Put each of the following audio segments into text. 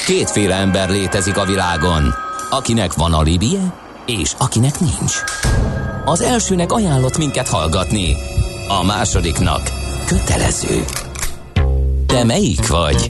Kétféle ember létezik a világon, akinek van alibije, és akinek nincs. Az elsőnek ajánlott minket hallgatni, a másodiknak kötelező. Te melyik vagy?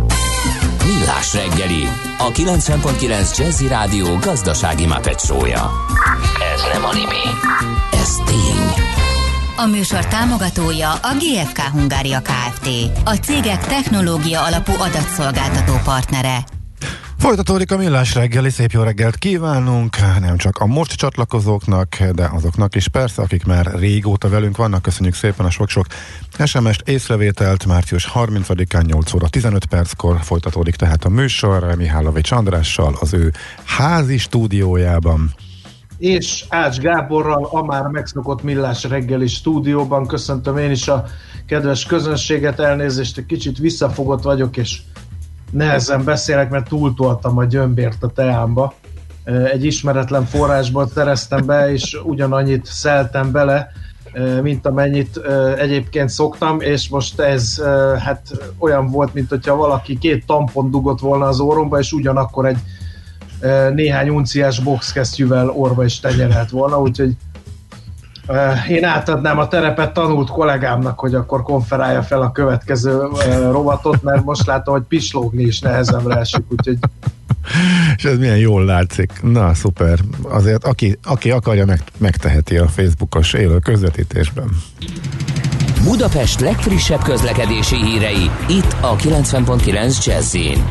Millás reggeli, a 90.9 Jazzy Rádió gazdasági Muppet show-ja. Ez nem anime, ez tény. A műsor támogatója a GFK Hungária Kft. A cégek technológia alapú adatszolgáltató partnere. Folytatódik a Millás reggeli, szép jó reggelt kívánunk, nem csak a most csatlakozóknak, de azoknak is persze, akik már régóta velünk vannak. Köszönjük szépen a sok-sok SMS-t, észrevételt. Március 30-án 8 óra 15 perckor folytatódik tehát a műsor Mihálovics Andrással az ő házi stúdiójában. És Ács Gáborral a már megszokott Millás reggeli stúdióban. Köszöntöm én is a kedves közönséget, elnézést, egy kicsit visszafogott vagyok, és nehezen beszélek, mert túltoltam a gyömbért a teámba. Egy ismeretlen forrásból szereztem be, és ugyanannyit szeltem bele, mint amennyit egyébként szoktam, és most ez hát olyan volt, mint hogyha valaki 2 tampon dugott volna az orromba, és ugyanakkor egy néhány unciás boxkesztyűvel orva is tenyerelt volna, úgyhogy én átadnám a terepet tanult kollégámnak, hogy akkor konferálja fel a következő rovatot, mert most látom, hogy pislogni is nehezemre esik, úgyhogy... És ez milyen jól látszik. Na, szuper. Azért aki akarja, megteheti a Facebookos élő közvetítésben. Budapest legfrissebb közlekedési hírei, itt a 90.9 Jazzyn.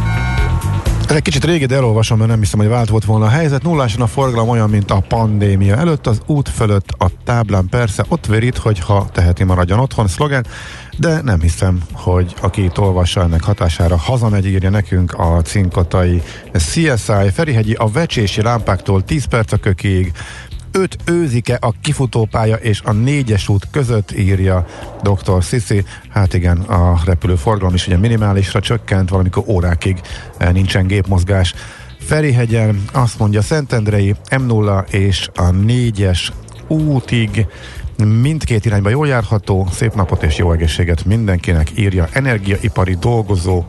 Ez egy kicsit régi, de elolvasom, mert nem hiszem, hogy vált volt volna a helyzet. Nulláson a forgalom olyan, mint a pandémia előtt, az út fölött a táblán persze ott vérít, hogy ha teheti, maradjon otthon, szlogen, de nem hiszem, hogy aki itt olvassa ennek hatására hazamegy, írja nekünk a cinkotai CSI. Ferihegyi a Vecsési lámpáktól 10 perc a Kökiig, 5 őzike a kifutópálya és a 4-es út között, írja Dr. Sisi. Hát igen, a repülőforgalom is ugye minimálisra csökkent, valamikor órákig nincsen gépmozgás. Ferihegyen azt mondja, Szentendrei M0 és a 4-es útig mindkét irányba jól járható. Szép napot és jó egészséget mindenkinek, írja energiaipari dolgozó.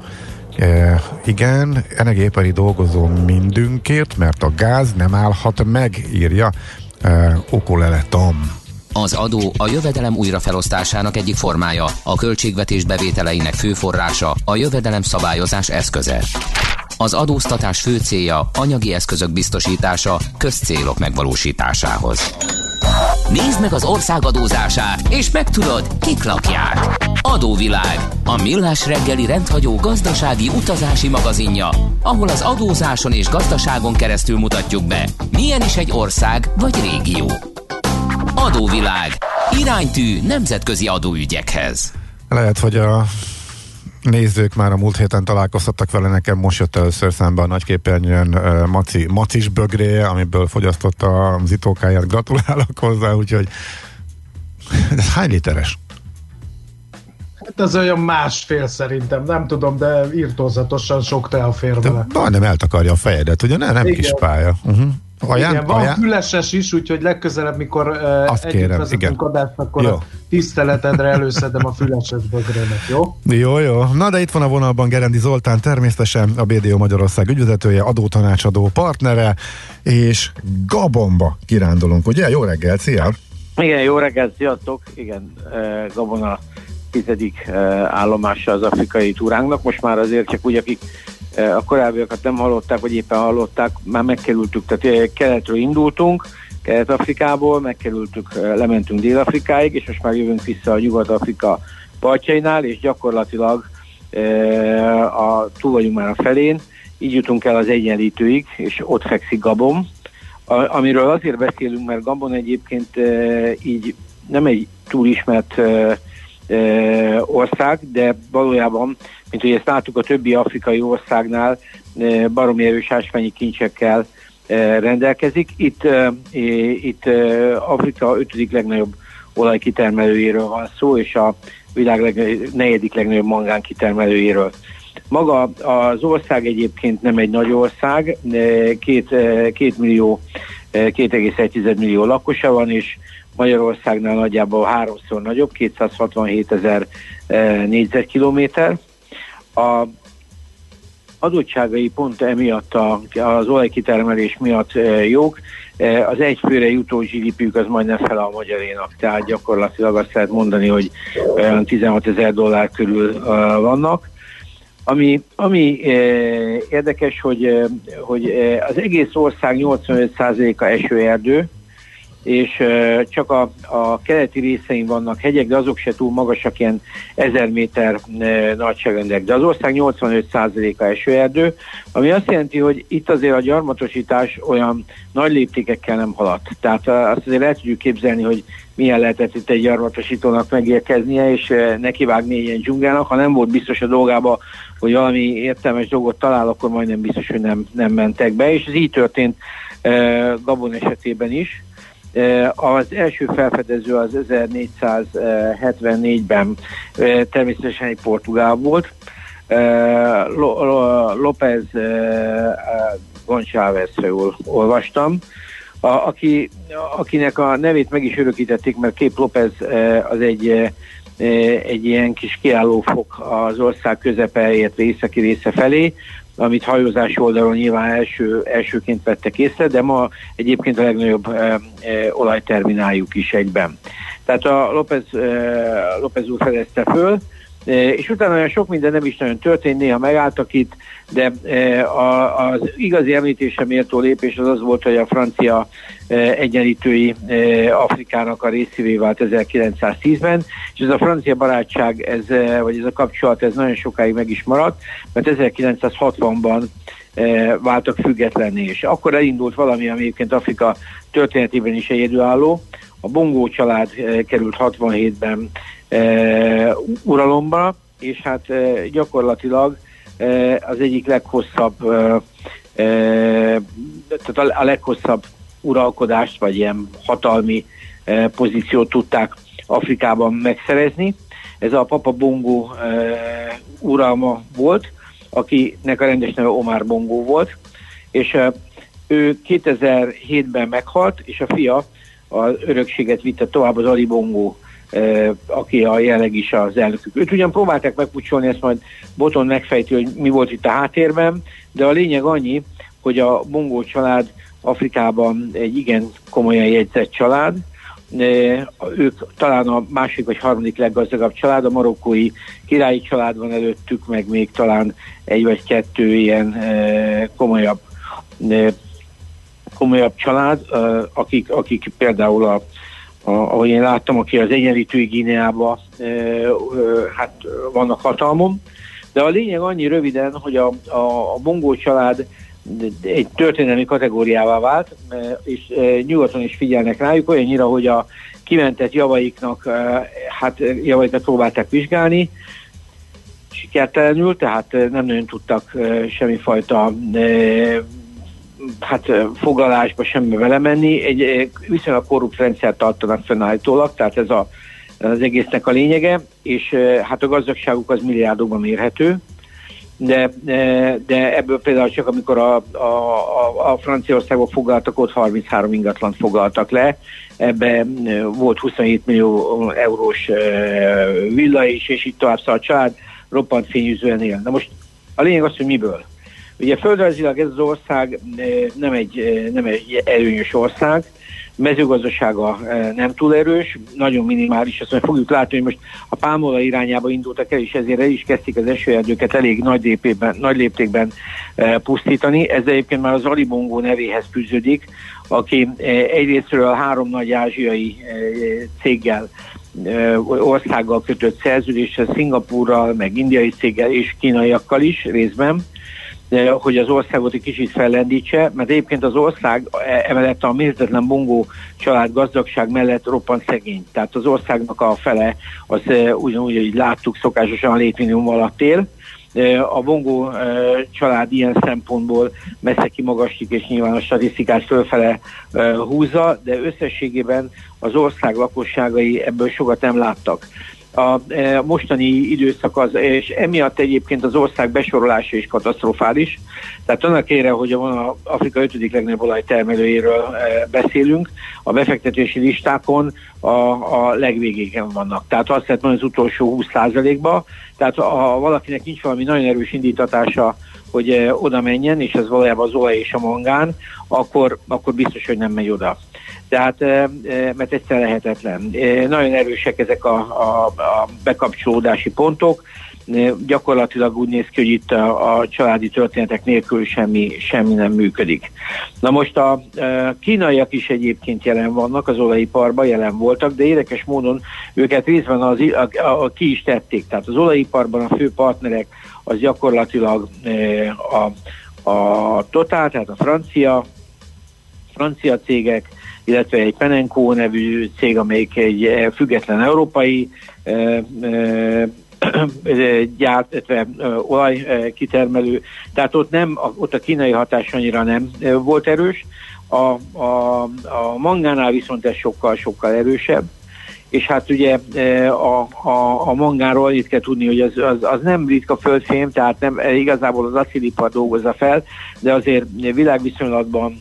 Igen, energiaipari dolgozó mindünkért, mert a gáz nem állhat meg, írja Ukulele Tom. Az adó a jövedelem újrafelosztásának egyik formája, a költségvetés bevételeinek fő forrása, a jövedelem szabályozás eszköze. Az adóztatás fő célja anyagi eszközök biztosítása közcélok megvalósításához. Nézd meg az ország adózását, és megtudod, kik lakják. Adóvilág, a Millás reggeli rendhagyó gazdasági utazási magazinja, ahol az adózáson és gazdaságon keresztül mutatjuk be, milyen is egy ország vagy régió. Adóvilág, iránytű nemzetközi adóügyekhez. Lehet, hogy a nézők már a múlt héten találkoztattak vele, nekem most jött először szembe a nagyképernyőn macis bögréje, amiből fogyasztotta az itókáját, gratulálok hozzá, úgyhogy ez hány literes? Hát ez olyan 1,5 szerintem, nem tudom, de irtózatosan sok tea fér vele. Majdnem eltakarja a fejedet, ugye? Nem kis pálya. Igen, van füleses is, úgyhogy legközelebb, mikor együtt vezetünk adást, akkor jó. A tiszteletedre előszedem a füleses bögrémet, jó? Jó. Na, de itt van a vonalban Gerendi Zoltán, természetesen a BDO Magyarország ügyvezetője, adótanácsadó partnere, és Gabonba kirándulunk, ugye? Jó reggelt, szia! Igen, jó reggelt, sziasztok! Igen, Gabon a 10. állomása az afrikai túránknak. Most már azért csak úgy, akik a korábbiakat nem hallották, vagy éppen hallották, már megkerültük, tehát keletről indultunk, Kelet-Afrikából, megkerültük, lementünk Dél-Afrikáig, és most már jövünk vissza a Nyugat-Afrika partjainál, és gyakorlatilag túl vagyunk már a felén, így jutunk el az Egyenlítőig, és ott fekszik Gabon, amiről azért beszélünk, mert Gabon egyébként így nem egy túl ismert ország, de valójában, mint hogy ezt láttuk a többi afrikai országnál, baromi erős ásványi kincsekkel rendelkezik. Itt Afrika 5. legnagyobb olajkitermelőjéről van szó, és a világ 4. legnagyobb mangán kitermelőjéről. Maga az ország egyébként nem egy nagy ország, 2,1 millió lakosa van, és Magyarországnál nagyjából 3-szor nagyobb, 267 000 négyzetkilométer. adottságai pont emiatt az olajkitermelés miatt jók. Az egyfőre jutó GDP-ük az majdnem fele a magyarénak, tehát gyakorlatilag azt lehet mondani, hogy olyan $16,000 körül vannak. Ami érdekes, hogy az egész ország 85%-a esőerdő, és csak a keleti részein vannak hegyek, de azok se túl magasak, ilyen 1000 méter nagyságrendek. De az ország 85%-a esőerdő, ami azt jelenti, hogy itt azért a gyarmatosítás olyan nagy léptékekkel nem haladt. Tehát azt azért el tudjuk képzelni, hogy milyen lehetett itt egy gyarmatosítónak megérkeznie, és nekivágni ilyen dzsungának. Ha nem volt biztos a dolgába, hogy valami értelmes dolgot talál, akkor majdnem biztos, hogy nem mentek be. És ez így történt Gabon esetében is. Az első felfedező az 1474-ben természetesen egy portugál volt, López Gonçalves, jól olvastam, akinek a nevét meg is örökítették, mert Cape López az egy ilyen kis kiállófok az ország közepe, illetve északi része felé, amit hajózási oldalon nyilván elsőként vettek észre, de ma egyébként a legnagyobb olajtermináljuk is egyben. Tehát a López úr fedezte föl, és utána olyan sok minden nem is nagyon történt, néha megálltak itt, de az igazi említésre méltó lépés az volt, hogy a francia egyenlítői Afrikának a részévé vált 1910-ben, és ez a francia barátság, vagy ez a kapcsolat, ez nagyon sokáig meg is maradt, mert 1960-ban váltak függetlenné, és akkor elindult valami, ami egyébként Afrika történetében is egyedülálló. A Bongo család került 67-ben uralomba, és hát gyakorlatilag az egyik leghosszabb, tehát a leghosszabb uralkodást, vagy ilyen hatalmi pozíciót tudták Afrikában megszerezni. Ez a Papa Bongo uralma volt, akinek a rendes neve Omar Bongo volt, és ő 2007-ben meghalt, és a fia az örökséget vitte tovább, az Ali Bongo, aki a jelenleg is az elnökük. Őt ugyan próbálták megpucsolni, ezt majd Boton megfejti, hogy mi volt itt a háttérben, de a lényeg annyi, hogy a Bongo család Afrikában egy igen komolyan jegyzett család. Ők talán a második vagy harmadik leggazdagabb család, a marokkói királyi család van előttük, meg még talán egy vagy kettő ilyen komolyabb család, akik például ahogy én láttam, aki az Egyenlítői Guineában hát vannak hatalmon, de a lényeg annyi röviden, hogy a Bongo család egy történelmi kategóriává vált, és nyugaton is figyelnek rájuk, olyannyira, hogy a kimentett javaikat próbálták vizsgálni, sikertelenül, tehát nem nagyon tudtak semmifajta foglalásba semmi vele menni. Egy viszonylag korrupt rendszert tartanak fennállítólag, tehát ez az egésznek a lényege, és hát a gazdagságuk az milliárdokban mérhető, de ebből például csak amikor a Franciaországban foglaltak, ott 33 ingatlant foglaltak le, ebben volt 27 millió eurós villa is, és így tovább, szóval a család roppant fényűzően él. Na most a lényeg az, hogy miből. Ugye földrajzilag ez az ország nem egy előnyös ország, mezőgazdasága nem túl erős, nagyon minimális, azt mondja, fogjuk látni, hogy most a pálmaolaj irányába indultak el, és ezért el is kezdték az esőerdőket elég nagy léptékben pusztítani. Ez egyébként már az Ali Bongo nevéhez fűződik, aki egyrésztről 3 nagy ázsiai céggel, országgal kötött szerződéssel, Szingapúrral, meg indiai céggel és kínaiakkal is részben, hogy az országot egy kicsit fellendítse, mert egyébként az ország emellett a mérhetetlen Bongo család gazdagság mellett roppant szegény. Tehát az országnak a fele, az ugyanúgy, hogy láttuk, szokásosan a létminimum alatt él. A Bongo család ilyen szempontból messze kimagaslik, és nyilván a statisztikát fölfele húzza, de összességében az ország lakosságai ebből sokat nem láttak. A mostani időszak az, és emiatt egyébként az ország besorolása is katasztrofális. Tehát annak ellenére, hogy van az Afrika 5. legnagyobb olajtermelőjéről beszélünk, a befektetési listákon a legvégéken vannak. Tehát azt lehet mondani az utolsó 20%-ba. Tehát ha valakinek nincs valami nagyon erős indítatása hogy oda menjen, és ez valójában az olaj és a mangán, akkor biztos, hogy nem megy oda. Tehát, mert egyszerűen lehetetlen. Nagyon erősek ezek a bekapcsolódási pontok, gyakorlatilag úgy néz ki, hogy itt a családi történetek nélkül semmi nem működik. Na most a kínaiak is egyébként jelen vannak, az olajiparban jelen voltak, de érdekes módon őket részben ki is tették. Tehát az olajiparban a fő partnerek az gyakorlatilag a Total, tehát a francia cégek, illetve egy Penenco nevű cég, amelyik egy független európai gyárt, illetve olajkitermelő, tehát ott a kínai hatás annyira nem volt erős. A mangánál viszont ez sokkal erősebb, és hát ugye a mangánról itt kell tudni, hogy az nem ritka földfém, tehát nem igazából az acélipar dolgozza fel, de azért világviszonylatban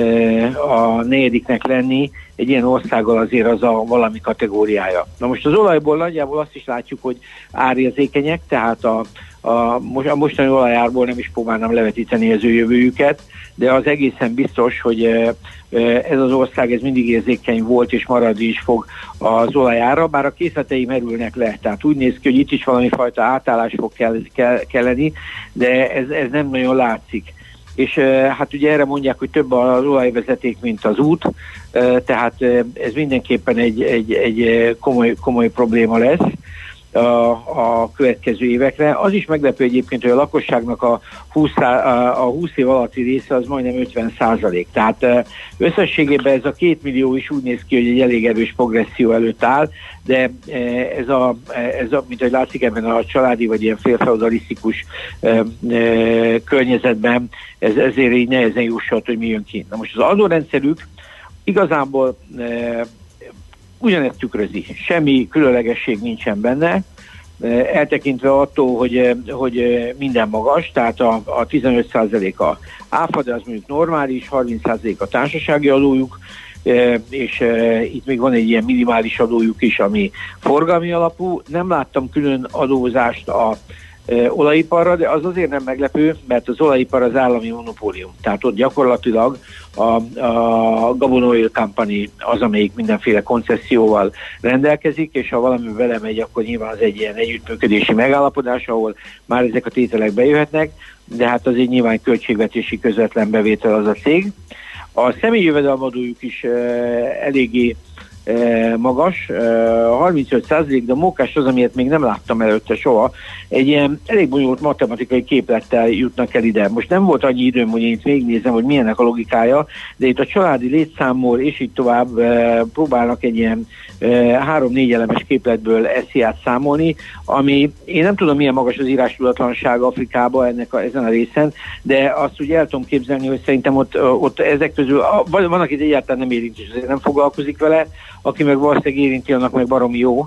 a negyediknek lenni egy ilyen országgal azért az a valami kategóriája. Na most az olajból nagyjából azt is látjuk, hogy árérzékenyek, tehát a mostani olajárból nem is próbálnám levetíteni az ő jövőjüket, de az egészen biztos, hogy ez az ország ez mindig érzékeny volt, és maradni is fog az olajára, bár a készletei merülnek le. Tehát úgy néz ki, hogy itt is valami fajta átállás fog kelleni, de ez nem nagyon látszik. És hát ugye erre mondják, hogy több az olajvezeték, mint az út, tehát ez mindenképpen egy komoly probléma lesz a következő évekre. Az is meglepő egyébként, hogy a lakosságnak a 20 év alatti része az majdnem 50%. Tehát összességében ez a 2 millió is úgy néz ki, hogy egy elég erős progresszió előtt áll, de ez mint ahogy látszik ebben a családi vagy ilyen félfeudalisztikus környezetben, ez ezért így nehezen jusson, hogy mi jön ki. Na most az adórendszerük igazából ugyanezt tükrözi. Semmi különlegesség nincsen benne, eltekintve attól, hogy minden magas, tehát a 15% a áfa, de az mondjuk normális, 30% a társasági adójuk, és itt még van egy ilyen minimális adójuk is, ami forgalmi alapú. Nem láttam külön adózást a olajiparra, de az azért nem meglepő, mert az olajipar az állami monopólium. Tehát ott gyakorlatilag a Gabon Oil Company az, amelyik mindenféle koncesszióval rendelkezik, és ha valami vele megy, akkor nyilván az egy ilyen együttműködési megállapodás, ahol már ezek a tételek bejöhetnek, de hát az egy nyilván költségvetési közvetlen bevétel az a cég. A személyi jövedelemadójuk is eléggé magas, 35%, de a mókás az, amiért még nem láttam előtte soha, egy ilyen elég bonyolult matematikai képlettel jutnak el ide. Most nem volt annyi időm, hogy én itt végignézem, hogy milyennek a logikája, de itt a családi létszámból és így tovább próbálnak egy ilyen 3-4 elemes képletből SZIA-t számolni, ami én nem tudom, milyen magas az írástudatlanság Afrikában ezen a részen, de azt úgy el tudom képzelni, hogy szerintem ott ezek közül van, akit egyáltalán nem érint, és azért nem foglalkozik vele, aki meg valószínűleg érinti, annak meg baromi jó,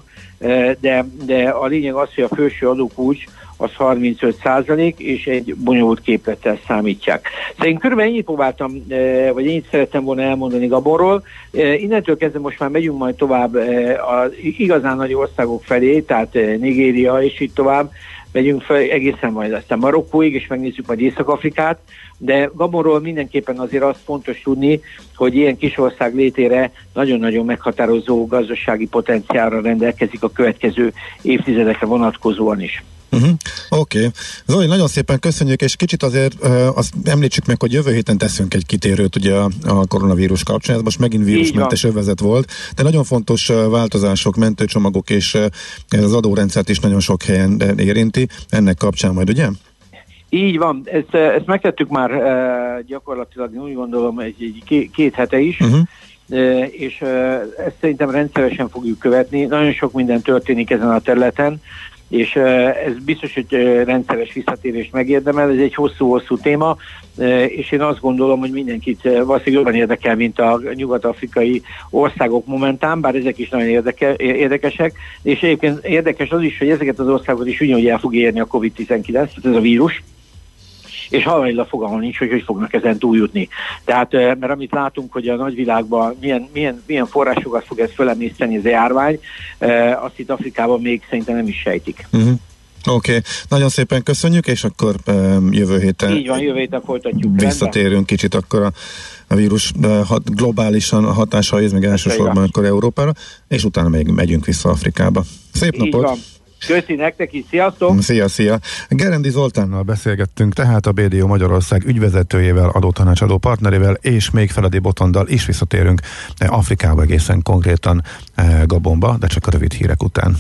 de a lényeg az, hogy a felső adókulcs az 35%, és egy bonyolult képlettel számítják. Szóval én körülbelül ennyit próbáltam, vagy ennyit szerettem volna elmondani Gabonról. Innentől kezdve most már megyünk majd tovább az igazán nagy országok felé, tehát Nigéria és így tovább, megyünk fel egészen majd aztán Marokkóig, és megnézzük majd Észak-Afrikát, de Gabonról mindenképpen azért azt fontos tudni, hogy ilyen kis ország létére nagyon-nagyon meghatározó gazdasági potenciálra rendelkezik a következő évtizedekre vonatkozóan is. Oké. Zoli, nagyon szépen köszönjük, és kicsit azért azt említsük meg, hogy jövő héten teszünk egy kitérőt ugye a koronavírus kapcsán, ez most megint vírusmentes övezet volt, de nagyon fontos változások, mentőcsomagok, és ez az adórendszert is nagyon sok helyen érinti, ennek kapcsán majd, ugye? Így van, ezt megtettük már gyakorlatilag, úgy gondolom, egy 2 hete is, és ezt szerintem rendszeresen fogjuk követni. Nagyon sok minden történik ezen a területen, és ez biztos, hogy rendszeres visszatérést megérdemel, ez egy hosszú téma, és én azt gondolom, hogy mindenkit valószínűleg jobban érdekel, mint a nyugat-afrikai országok momentán, bár ezek is nagyon érdekesek, és egyébként érdekes az is, hogy ezeket az országokat is ugyanúgy el fog érni a COVID-19, tehát ez a vírus, és halványilag fogalmam nincs, hogy fognak ezen túljutni. Tehát, mert amit látunk, hogy a nagyvilágban milyen forrásokat fog ez fölemészteni ez a járvány, azt itt Afrikában még szerintem nem is sejtik. Oké. Nagyon szépen köszönjük, és akkor jövő héten... Így van, jövő héten folytatjuk. Visszatérünk kicsit akkor a vírus globálisan a hatásaihoz, meg elsősorban akkor Európára, és utána még megyünk vissza Afrikába. Szép napot! Így van. Köszi nektek is, sziasztok! Szia! Gerendi Zoltánnal beszélgettünk, tehát a BDO Magyarország ügyvezetőjével, adótanácsadó partnerével, és még Feledi Botondal is visszatérünk Afrikába, egészen konkrétan Gabonba, de csak a rövid hírek után.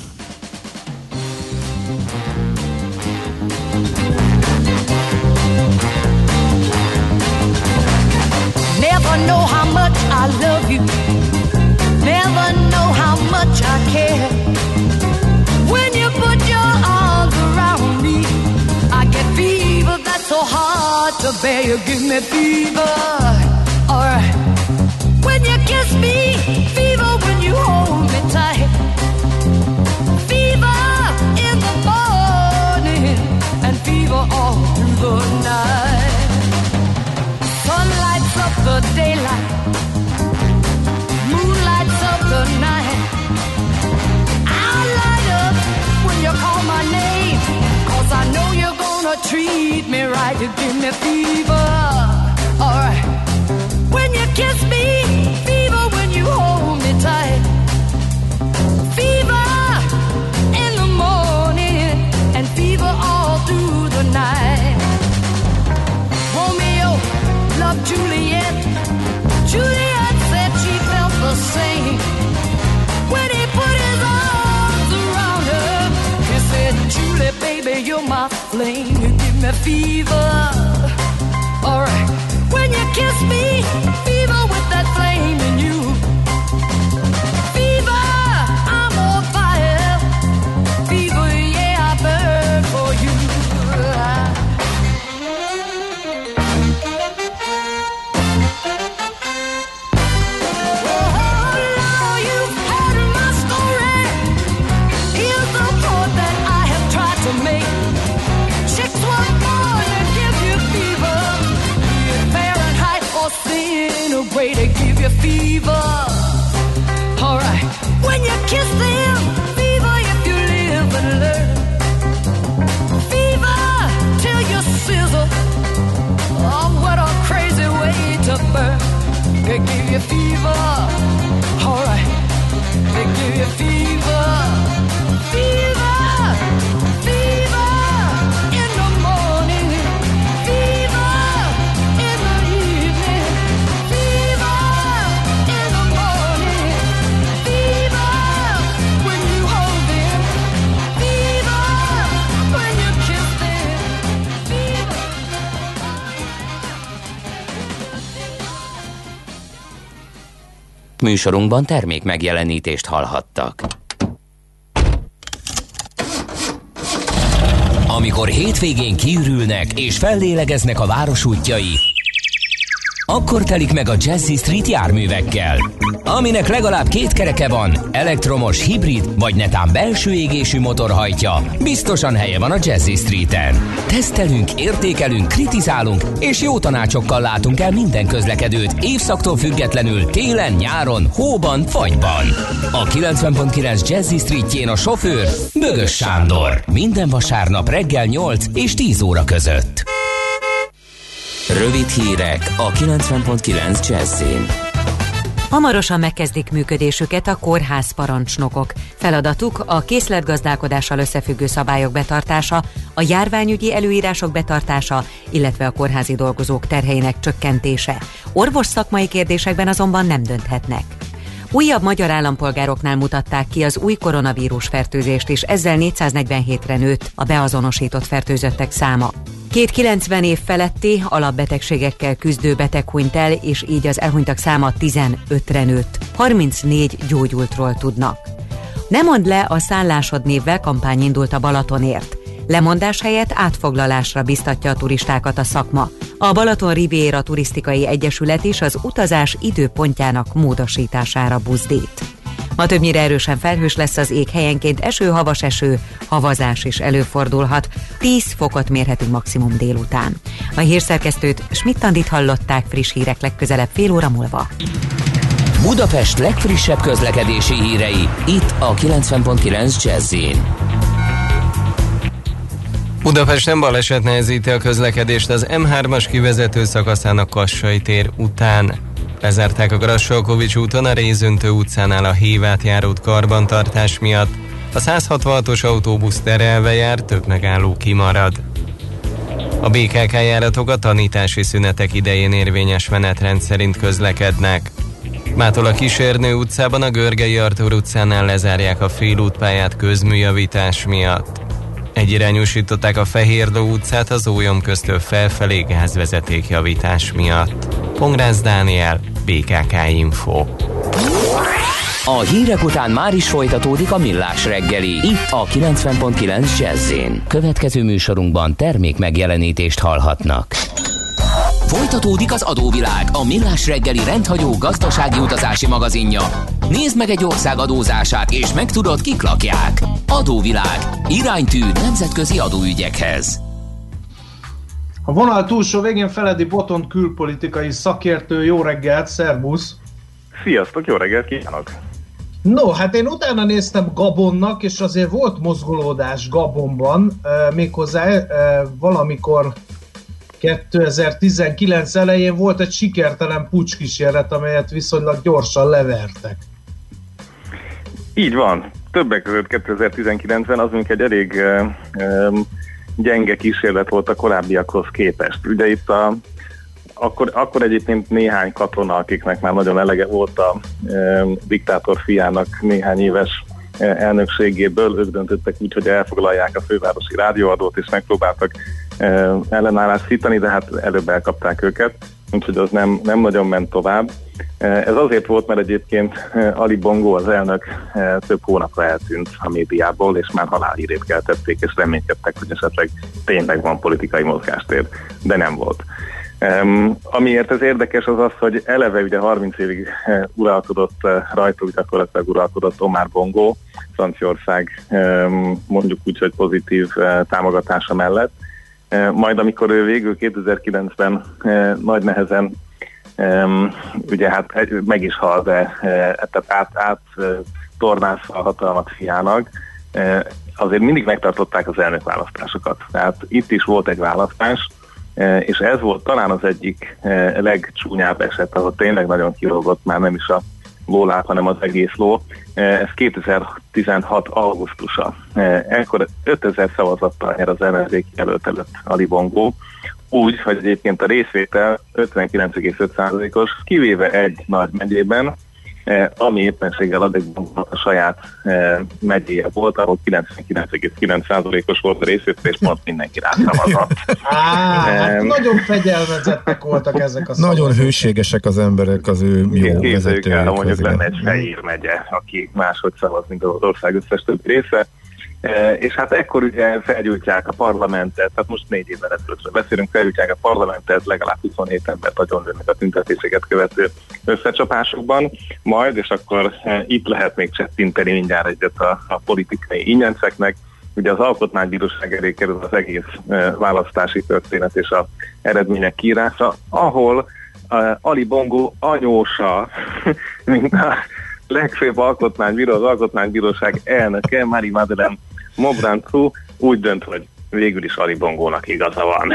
Never know how much I love you. Never know how much I care. When you put your arms around me, I get fever that's so hard to bear. You give me fever, alright. When you kiss me, fever when you hold me tight. Fever in the morning and fever all through the night. Sun lights up the daylight, moon lights up the night. I'll light up when you call my name, 'cause I know you're gonna treat me right. You give me fever, alright. When you kiss me, fever when you hold me tight. Fever in the morning and fever all through the night. Romeo loved Juliet. Juliet said she felt the same. When he put his arms around her, he said, Julie, baby, you're my flame. You give me fever, alright. When you kiss me, fever with that flame in you. Fever, I'm on fire. Fever, yeah, I burn for you. Way to give you fever, alright. When you kiss them, fever if you live and learn. Fever till you sizzle. Oh, what a crazy way to burn. They give you fever, alright. They give you fever, fever, fever in the morning, fever in the evening. Műsorunkban termék megjelenítést hallhattak. Amikor hétvégén kiürülnek és fellélegeznek a város útjai, akkor telik meg a Jazzy Street járművekkel, aminek legalább 2 kereke van, elektromos, hibrid vagy netán belső égésű motor hajtja. Biztosan helye van a Jazzy Streeten. Tesztelünk, értékelünk, kritizálunk és jó tanácsokkal látunk el minden közlekedőt évszaktól függetlenül télen, nyáron, hóban, fagyban. A 90.9 Jazzy Streetjén a sofőr Bögös Sándor. Minden vasárnap reggel 8 és 10 óra között. Rövid hírek a 90.9 Jazzyn. Hamarosan megkezdik működésüket a kórház parancsnokok. Feladatuk a készletgazdálkodással összefüggő szabályok betartása, a járványügyi előírások betartása, illetve a kórházi dolgozók terheinek csökkentése. Orvos szakmai kérdésekben azonban nem dönthetnek. Újabb magyar állampolgároknál mutatták ki az új koronavírus fertőzést, és ezzel 447-re nőtt a beazonosított fertőzöttek száma. 2 90 év feletti alapbetegségekkel küzdő beteg hunyt el, és így az elhunytak száma 15-re nőtt. 34 gyógyultról tudnak. Ne mondd le a szállásod névvel kampány indult a Balatonért. Lemondás helyett átfoglalásra biztatja a turistákat a szakma. A Balaton Riviera Turisztikai Egyesület is az utazás időpontjának módosítására buzdít. Ma többnyire erősen felhős lesz az ég, helyenként eső, havas eső, havazás is előfordulhat. 10 fokot mérhetünk maximum délután. A hírszerkesztőt, Schmidt-Andit hallották, friss hírek legközelebb fél óra múlva. Budapest legfrissebb közlekedési hírei, itt a 90.9 Jazz-in. Budapesten baleset nehezíti a közlekedést az M3-as kivezető szakaszának Kassai tér után. Lezárták a Grassalkovich úton a Rézöntő utcánál a Hévát járót karbantartás miatt. A 166-os autóbusz terelve jár, több megálló kimarad. A BKK járatok a tanítási szünetek idején érvényes menetrend szerint közlekednek. Mától a Kísérnő utcában a Görgei Artúr utcánál lezárják a félútpályát közműjavítás miatt. Egyirányúsították a Fehérdó utcát az Ólyom köztől felfelé gázvezetékjavítás miatt. Pongrász Dániel, BKK Info. A hírek után már is folytatódik a Millás reggeli, itt a 90.9 Jazz-én. Következő műsorunkban termék megjelenítést hallhatnak. Folytatódik az adóvilág, a Millás reggeli rendhagyó gazdasági utazási magazinja. Nézd meg egy ország adózását, és megtudod, kik lakják. Adóvilág. Iránytű nemzetközi adóügyekhez. A vonal túlsó végén Feledi Botond külpolitikai szakértő. Jó reggelt, szervusz! Sziasztok, jó reggelt kívánok! No, hát én utána néztem Gabonnak, és azért volt mozgolódás Gabonban, méghozzá valamikor 2019 elején volt egy sikertelen pucskísérlet, amelyet viszonylag gyorsan levertek. Így van. Többek között 2019-ben az mondjuk egy elég gyenge kísérlet volt a korábbiakhoz képest. Ugye itt akkor egyébként néhány katona, akiknek már nagyon elege volt a diktátor fiának néhány éves elnökségéből, ők döntöttek úgy, hogy elfoglalják a fővárosi rádióadót, és megpróbáltak ellenállást szítani, de hát előbb elkapták őket, úgyhogy az nem nagyon ment tovább. Ez azért volt, mert egyébként Ali Bongo, az elnök több hónapra eltűnt a médiából, és már halálhírét keltették, és reménykedtek, hogy esetleg tényleg van politikai mozgástér, de nem volt. Amiért ez érdekes az az, hogy eleve ugye 30 évig uralkodott, rajta gyakorlatilag uralkodott Omar Bongo, Franciaország mondjuk úgy, hogy pozitív támogatása mellett. Majd amikor ő végül 2009-ben nagy nehezen ugye hát meg is hal, de tehát tornázta a hatalmat fiának, azért mindig megtartották az elnökválasztásokat. Tehát itt is volt egy választás, és ez volt talán az egyik legcsúnyább eset, ahol tényleg nagyon kilógott már nem is a lóláb, hanem az egész ló. Ez 2016. augusztusa. Ekkor 5000 szavazattal nyer az ellenzéki jelölt előtt Ali Bongo, úgy, hogy egyébként a részvétel 59,5%-os, kivéve egy nagy megyében, ami éppenséggel addig a saját megyéje volt, ahol 99,9%-os volt a részvétel, és pont mindenki rászavazott. Hát nagyon fegyelmezettek voltak ezek a szavazók. Nagyon hőségesek az emberek, az ő jó vezetőjük. Ha mondjuk lenne egy Fehér megye, aki máshogy szavaz, mint az ország összes többi része. És hát ekkor ugye felgyújtják a parlamentet, tehát most 4 évvel ezelőttről beszélünk, felgyújtják a parlamentet, legalább 27 embert agyonlőnek a tüntetéseket követő összecsapásokban, majd, és akkor itt lehet még csettinteni mindjárt egyet a politikai ingyenceknek. Ugye az Alkotmánybíróság elé kerül az egész választási történet és az eredmények kiírása, ahol Ali Bongo anyósa, mint a legfőbb alkotmánybíró, az Alkotmánybíróság elnöke, Marie-Madeleine Mobrantou úgy dönt, hogy végül is Ali Bongónak igaza van.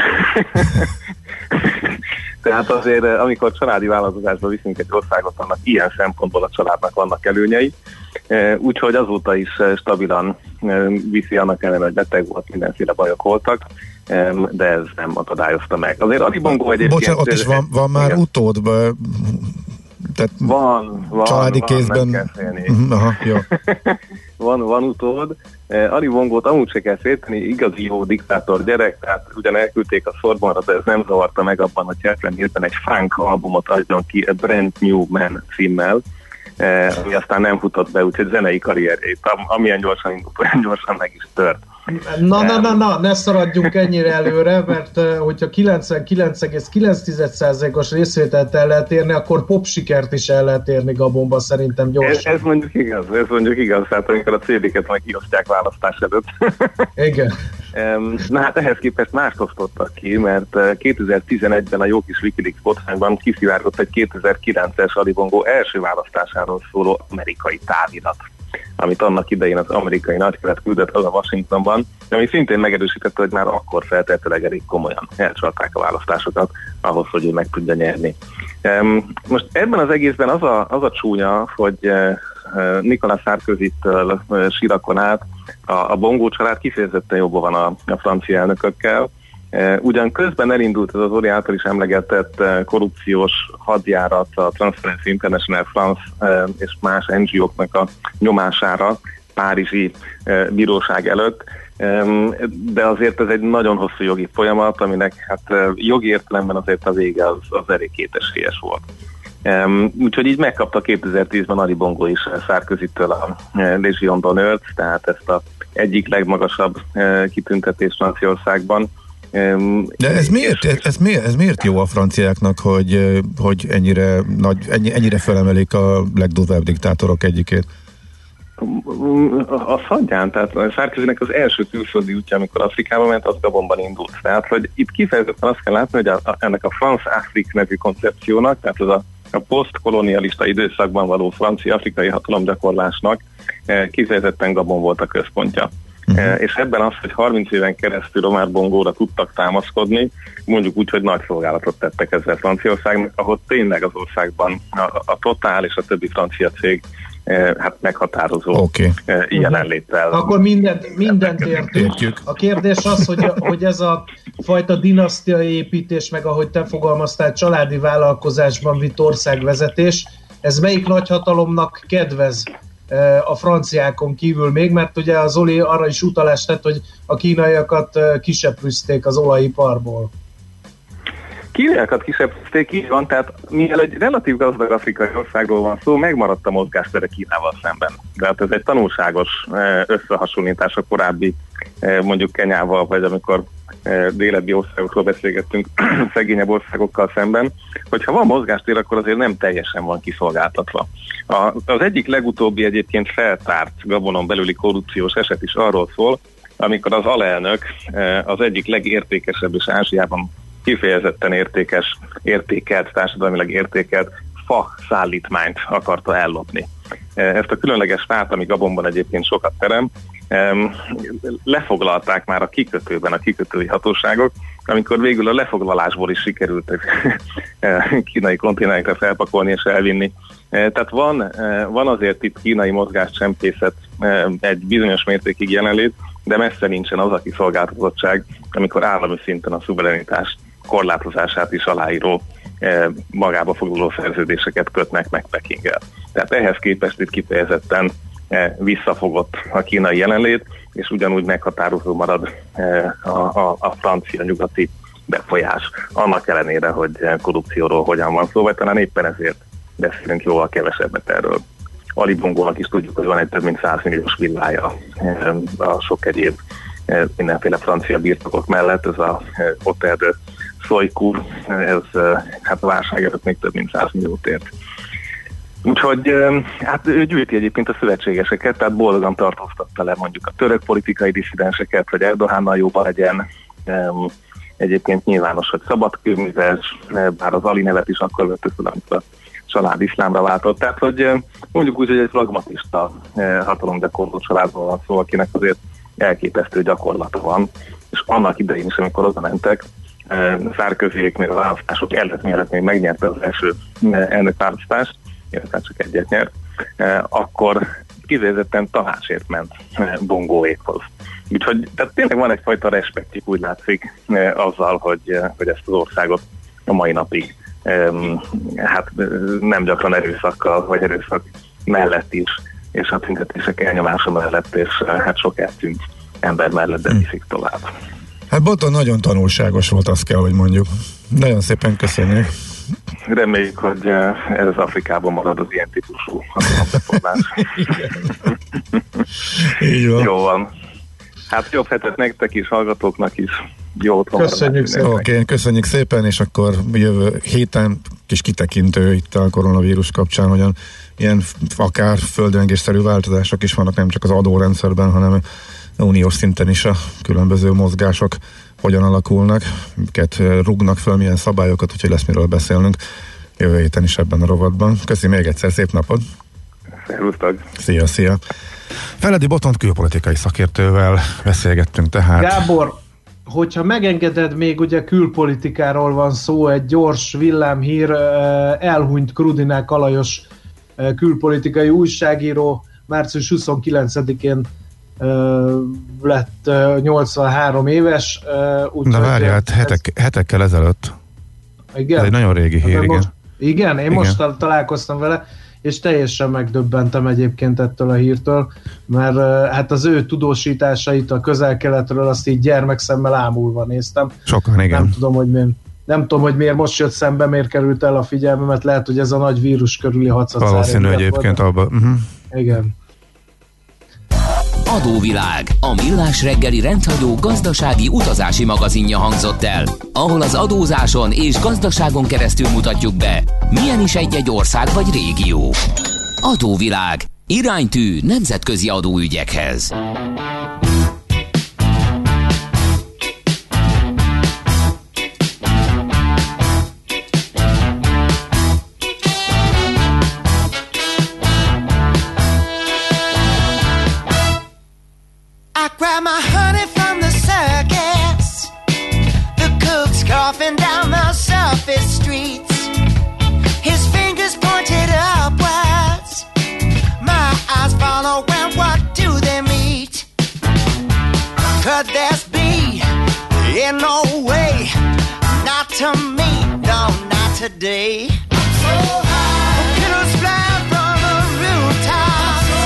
Tehát azért, amikor családi vállalkozásba viszünk egy országot, annak ilyen szempontból a családnak vannak előnyei. Úgyhogy azóta is stabilan viszi, annak ellenére, hogy beteg volt, mindenféle bajok voltak, de ez nem akadályozta meg. Azért Ali Bongo egyébként... Bocsánat, ott is van már utód, tehát van, családi kézben... Aha, jó. van utód. Ali Bongót amúgy se kell félteni, igazi jó diktátor gyerek, tehát ugyan elküldték a Sorbonra, de ez nem zavarta meg abban, hogy 77-ben egy funk albumot adjon ki, a Brand New Man címmel, ami aztán nem futott be, úgyhogy zenei karrierjét, amilyen gyorsan indult, olyan gyorsan meg is tört. Na, ne szaradjunk ennyire előre, mert hogyha 99,9%-os részvételt el lehet érni, akkor pop sikert is el lehet érni Gabonban szerintem gyorsan. Ez mondjuk igaz, tehát amikor a CD-ket meg kiosztják választás előtt. Igen. Na hát ehhez képest mást osztottak ki, mert 2011-ben a jó kis Wikileaks botrányban kiszivárgott egy 2009-es Ali Bongo első választásáról szóló amerikai távirat. amit annak idején az amerikai nagykövet küldött haza Washingtonban, ami szintén megerősítette, hogy már akkor feltétlenül elég komolyan elcsalták a választásokat ahhoz, hogy ő meg tudja nyerni. Most ebben az egészben az a csúnya, hogy Nicolas Sarkozytől Chiracon át a Bongo család kifejezetten jobban van a francia elnökökkel. Ugyan közben elindult ez az Zoli által is emlegetett korrupciós hadjárat a Transparency International France és más NGO-knak a nyomására párizsi bíróság előtt, de azért ez egy nagyon hosszú jogi folyamat, aminek hát jogi értelemben azért a vége az elég kétesélyes volt. Úgyhogy így megkapta 2010-ben Ali Bongo is Sarkozytől a Légion d'honneur-t, tehát ezt az egyik legmagasabb kitüntetés Franciaországban. De ez miért jó a franciáknak, hogy ennyire felemelik a legdurvább diktátorok egyikét? A szadján, tehát Sarkozynek az első külföldi útja, amikor Afrikába ment, az Gabonban indult. Tehát, hogy itt kifejezetten azt kell látni, hogy ennek a France-Afrique nevű koncepciónak, tehát az a posztkolonialista időszakban való francia-afrikai hatalomgyakorlásnak kifejezetten Gabon volt a központja. És ebben az, hogy 30 éven keresztül Omar Bongóra tudtak támaszkodni, mondjuk úgy, hogy nagy szolgálatot tettek ezzel Franciaországnak, ahol tényleg az országban a Total és a többi francia cég hát meghatározó jelenléttel. Akkor mindent értünk. A kérdés az, hogy ez a fajta dinasztiai építés, meg ahogy te fogalmaztál, családi vállalkozásban vitt országvezetés, ez melyik nagyhatalomnak kedvez a franciákon kívül még, mert ugye az Zoli arra is utalást tett, hogy a kínaiakat kiseprűzték az olajiparból. Kínaiakat kiseprűzték, így van, tehát mivel egy relatív gazdag afrikai országról van szó, megmaradt a mozgástere Kínával szemben. Tehát ez egy tanulságos összehasonlítás a korábbi mondjuk Kenyával, vagy amikor délebbi országokról beszélgettünk szegényebb országokkal szemben, hogyha van mozgástér, akkor azért nem teljesen van kiszolgáltatva. Az egyik legutóbbi egyébként feltárt Gabonon belüli korrupciós eset is arról szól, amikor az alelnök az egyik legértékesebb és Ázsiában kifejezetten értékelt, társadalmilag értékelt fa szállítmányt akarta ellopni. Ezt a különleges fát, ami Gabonban egyébként sokat terem, lefoglalták már a kikötőben a kikötői hatóságok, amikor végül a lefoglalásból is sikerült kínai konténerekre felpakolni és elvinni. Tehát van azért itt kínai mozgáscsempészet egy bizonyos mértékig jelenlét, de messze nincsen az a kiszolgáltatottság, amikor állami szinten a szuverenitás korlátozását is aláíró magába foglaló szerződéseket kötnek meg Pekinggel. Tehát ehhez képest itt kifejezetten visszafogott a kínai jelenlét, és ugyanúgy meghatározó marad a francia nyugati befolyás. Annak ellenére, hogy korrupcióról hogyan van szó, vagy talán éppen ezért beszélünk jóval kevesebbet erről. Ali Bongónak is tudjuk, hogy van egy több mint 100 milliós villája a sok egyéb mindenféle francia birtokok mellett. Ez a Hotel de Soycourt, ez hát a válság előtt még több mint 100 milliót ért. Úgyhogy hát ő gyűjti egyébként a szövetségeseket, tehát boldogan tartóztatta le mondjuk a török politikai disszidenseket, hogy Erdogánnal jóban legyen. Egyébként nyilvános, hogy szabadkőműves, bár az Ali nevet is akkor vett össze, amikor a család iszlámra váltott. Tehát, hogy mondjuk úgy, hogy egy pragmatista hatalomgyakorló családból van szó, akinek azért elképesztő gyakorlata van, és annak idején is, amikor oda mentek, Sarkozyék még a választások előtt még megnyerte az első elnökválasztást, illetve csak egyet nyert, akkor kifejezetten tanácsért ment Bongóékhoz. Úgyhogy tehát tényleg van egyfajta respektjük, úgy látszik, azzal, hogy ezt az országot a mai napig hát nem gyakran erőszakkal, vagy erőszak mellett is, és a tüntetések elnyomása mellett, és hát sok eltűnt ember mellett, de viszik tovább. Hát Botton nagyon tanulságos volt, azt kell, hogy mondjuk. Nagyon szépen köszönjük. Reméljük, hogy ez Afrikában marad az ilyen típusú hatalomgyakorlás. Így van. Jó van. Hát jobb hetet nektek is, hallgatóknak is. Jó otthon. Köszönjük szépen. Oké, köszönjük szépen, és akkor jövő héten kis kitekintő itt a koronavírus kapcsán, hogyan ilyen akár földrengésszerű változások is vannak, nem csak az adórendszerben, hanem uniós szinten is a különböző mozgások hogyan alakulnak, miket rúgnak fel, milyen szabályokat, úgyhogy lesz miről beszélnünk jövő héten is ebben a rovatban. Köszönjük még egyszer, szép napot! Szervusztok! Szia! Feledi Botont külpolitikai szakértővel beszélgettünk tehát. Gábor, hogyha megengeded, még ugye külpolitikáról van szó, egy gyors villámhír, elhunyt Krudinák Alajos külpolitikai újságíró, március 29-én lett 83 éves. De várjál, hetekkel ezelőtt. Igen? Ez egy nagyon régi hír, igen. Én most találkoztam vele, és teljesen megdöbbentem egyébként ettől a hírtől, mert hát az ő tudósításait a Közel-Keletről azt így gyermekszemmel ámulva néztem. Sokan, igen. Nem tudom, hogy miért most jött szembe, miért került el a figyelmemet, lehet, hogy ez a nagy vírus körüli hacacár. Valószínű egyébként abban. Igen. Adóvilág, a millás reggeli rendhagyó gazdasági utazási magazinja hangzott el, ahol az adózáson és gazdaságon keresztül mutatjuk be, milyen is egy-egy ország vagy régió. Adóvilág, iránytű nemzetközi adóügyekhez. Grab my honey from the circus. The cook's coughing down the surface streets. His fingers pointed upwards. My eyes follow when what do they meet? Could this be? In no way. Not to me, no, not today. So high. Killers fly from the rooftop.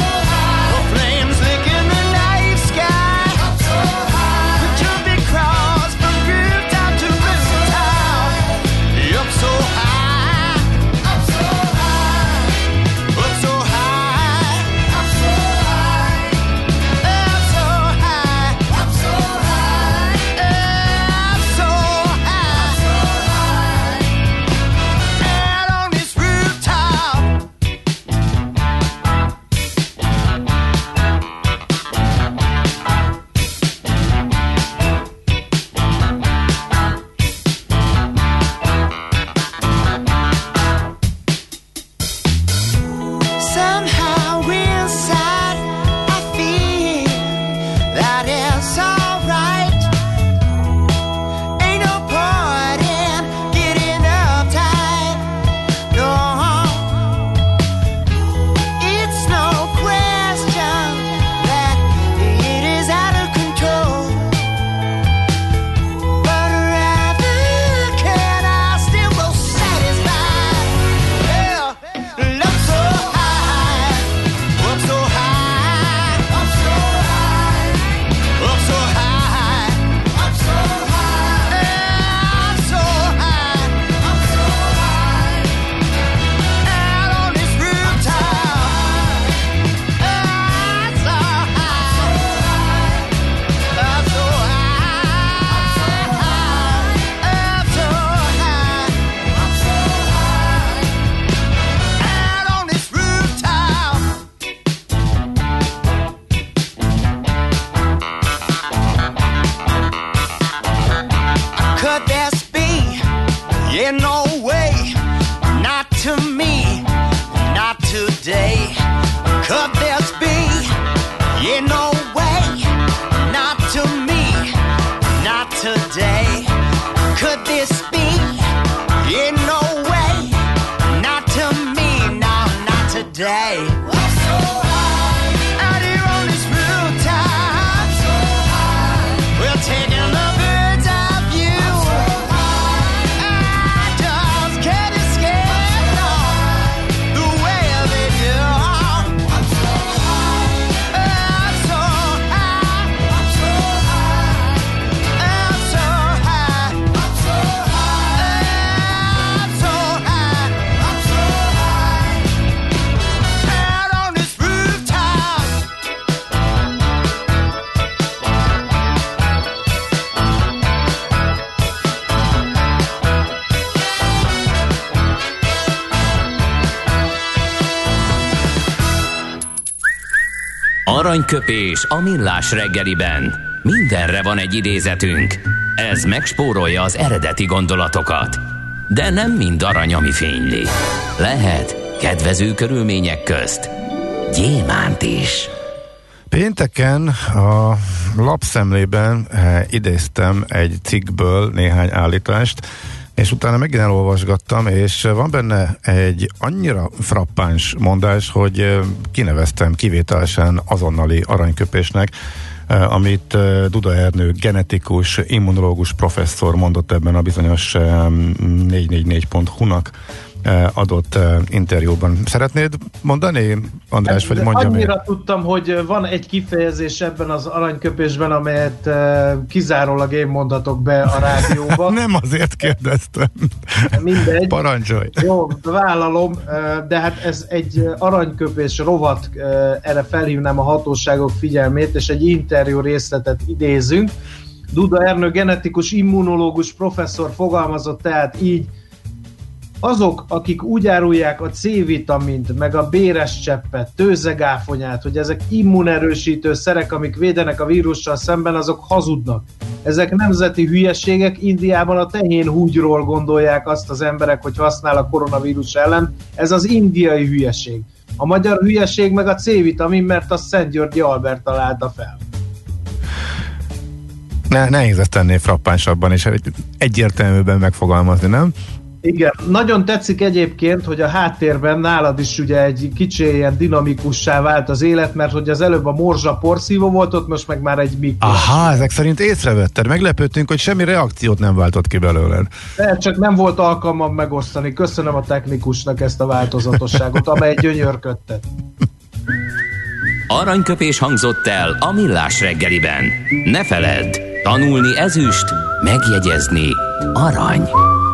Aranyköpés a millás reggeliben. Mindenre van egy idézetünk. Ez megspórolja az eredeti gondolatokat. De nem mind arany, ami fényli. Lehet kedvező körülmények közt gyémánt is. Pénteken a lapszemlében idéztem egy cikkből néhány állítást, és utána megint elolvasgattam, és van benne egy annyira frappáns mondás, hogy kineveztem kivételesen azonnali aranyköpésnek, amit Duda Ernő genetikus, immunológus professzor mondott ebben a bizonyos 444.hu-nak adott interjúban. Szeretnéd mondani, András, vagy mondjam? Annyira tudtam, hogy van egy kifejezés ebben az aranyköpésben, amelyet kizárólag én mondatok be a rádióba. Nem azért kérdeztem. Mindegy. Parancsolj. Jó, vállalom, de hát ez egy aranyköpés rovat, erre felhívnám a hatóságok figyelmét, és egy interjú részletet idézünk. Duda Ernő genetikus, immunológus professzor fogalmazott tehát így: azok, akik úgy árulják a C-vitamint, meg a béres cseppet, tőzegáfonyát, hogy ezek immunerősítő szerek, amik védenek a vírussal szemben, azok hazudnak. Ezek nemzeti hülyeségek. Indiában a tehénhúgyról gondolják azt az emberek, hogy használ a koronavírus ellen. Ez az indiai hülyeség. A magyar hülyeség meg a C-vitamin, mert azt Szent-Györgyi Albert találta fel. Nehéz ezt tenni frappánsabban, és egyértelműben megfogalmazni, nem? Igen, nagyon tetszik egyébként, hogy a háttérben nálad is ugye egy kicsi ilyen dinamikussá vált az élet, mert hogy az előbb a morzsa porszívó volt, ott most meg már egy Miklós. Aha, ezek szerint észrevetted. Meglepődtünk, hogy semmi reakciót nem váltott ki belőled. De csak nem volt alkalmam megosztani. Köszönöm a technikusnak ezt a változatosságot, amely gyönyörködtet. Aranyköpés hangzott el a Millás reggeliben. Ne feledd, tanulni ezüst, megjegyezni arany.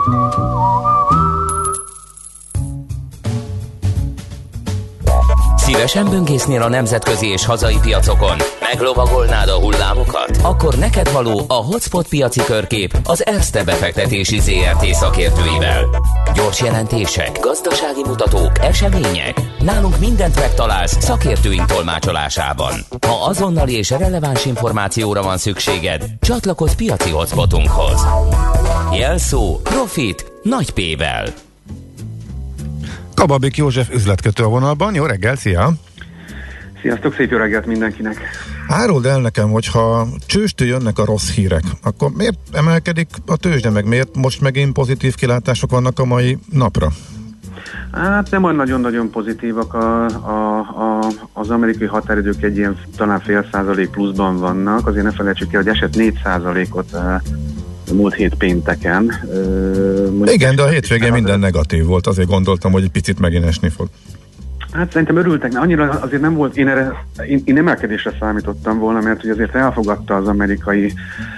Szívesen böngésznél a nemzetközi és hazai piacokon? Meglovagolnád a hullámokat? Akkor neked való a Hotspot piaci körkép az Erste befektetési ZRT szakértőivel. Gyors jelentések, gazdasági mutatók, események. Nálunk mindent megtalálsz szakértőink tolmácsolásában. Ha azonnali és releváns információra van szükséged, csatlakozz piaci hotspotunkhoz. Jelszó Profit nagy P-vel. Kababik József üzletkötő a vonalban. Jó reggel, szia! Sziasztok, szép jó reggelt mindenkinek! Áruld el nekem, hogyha csőstől jönnek a rossz hírek, akkor miért emelkedik a tőzsde, meg miért most megint pozitív kilátások vannak a mai napra? Hát nem olyan nagyon-nagyon pozitívak az amerikai határidők, egy ilyen talán 0,5% pluszban vannak, azért ne felejtsük el, hogy esett 4%-ot múlt hét pénteken. Igen, de a hétvégén minden negatív volt, azért gondoltam, hogy egy picit megint esni fog. Hát szerintem örültek, annyira azért nem volt, én emelkedésre számítottam volna, mert hogy azért elfogadta az amerikai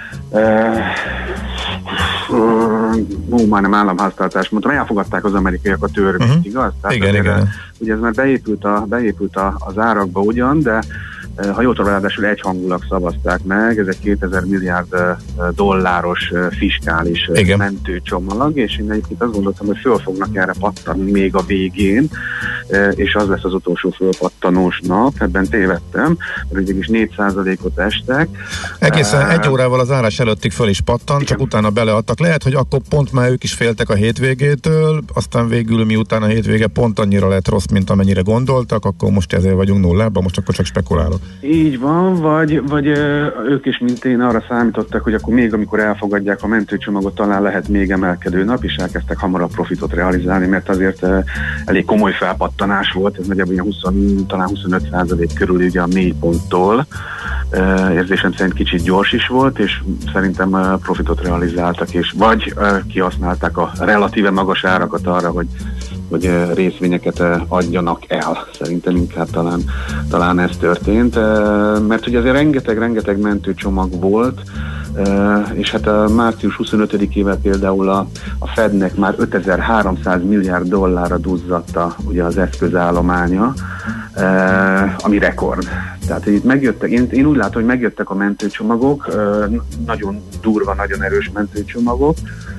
majdnem államháztartás, mondtam, elfogadták az amerikaiak a törvényt, igaz? Tehát igen. Ugye ez már beépült az árakba ugyan, de ha jól tudom, ráadásul egyhangulag szavazták meg, ez egy 2000 milliárd dolláros fiskális mentőcsomag, és én egyébként azt gondoltam, hogy föl fognak erre pattanni még a végén, és az lesz az utolsó fölpattanós nap, ebben tévedtem, mert ugye is 4%-ot estek. Egészen egy órával az árás előttig föl is pattant, csak utána beleadtak. Lehet, hogy akkor pont már ők is féltek a hétvégétől, aztán végül miután a hétvége pont annyira lett rossz, mint amennyire gondoltak, akkor most ezért vagyunk nullában, most akkor csak spekulálok. Így van, vagy ők is, mint én, arra számítottak, hogy akkor még amikor elfogadják a mentőcsomagot, talán lehet még emelkedő nap, és elkezdtek hamarabb profitot realizálni, mert azért elég komoly felpattanás volt, ez nagyjából talán 25% körül ugye a mélyponttól. Érzésem szerint kicsit gyors is volt, és szerintem profitot realizáltak, és vagy kihasználták a relatíve magas árakat arra, hogy részvényeket adjanak el. Szerintem inkább talán ez történt, mert ugye azért rengeteg mentőcsomag volt, és hát a március 25-ével például a Fednek már 5300 milliárd dollárra duzzadt ugye az eszközállománya, ami rekord. Tehát itt megjöttek, én úgy látom, hogy megjöttek a mentőcsomagok, nagyon durva, nagyon erős mentőcsomagok,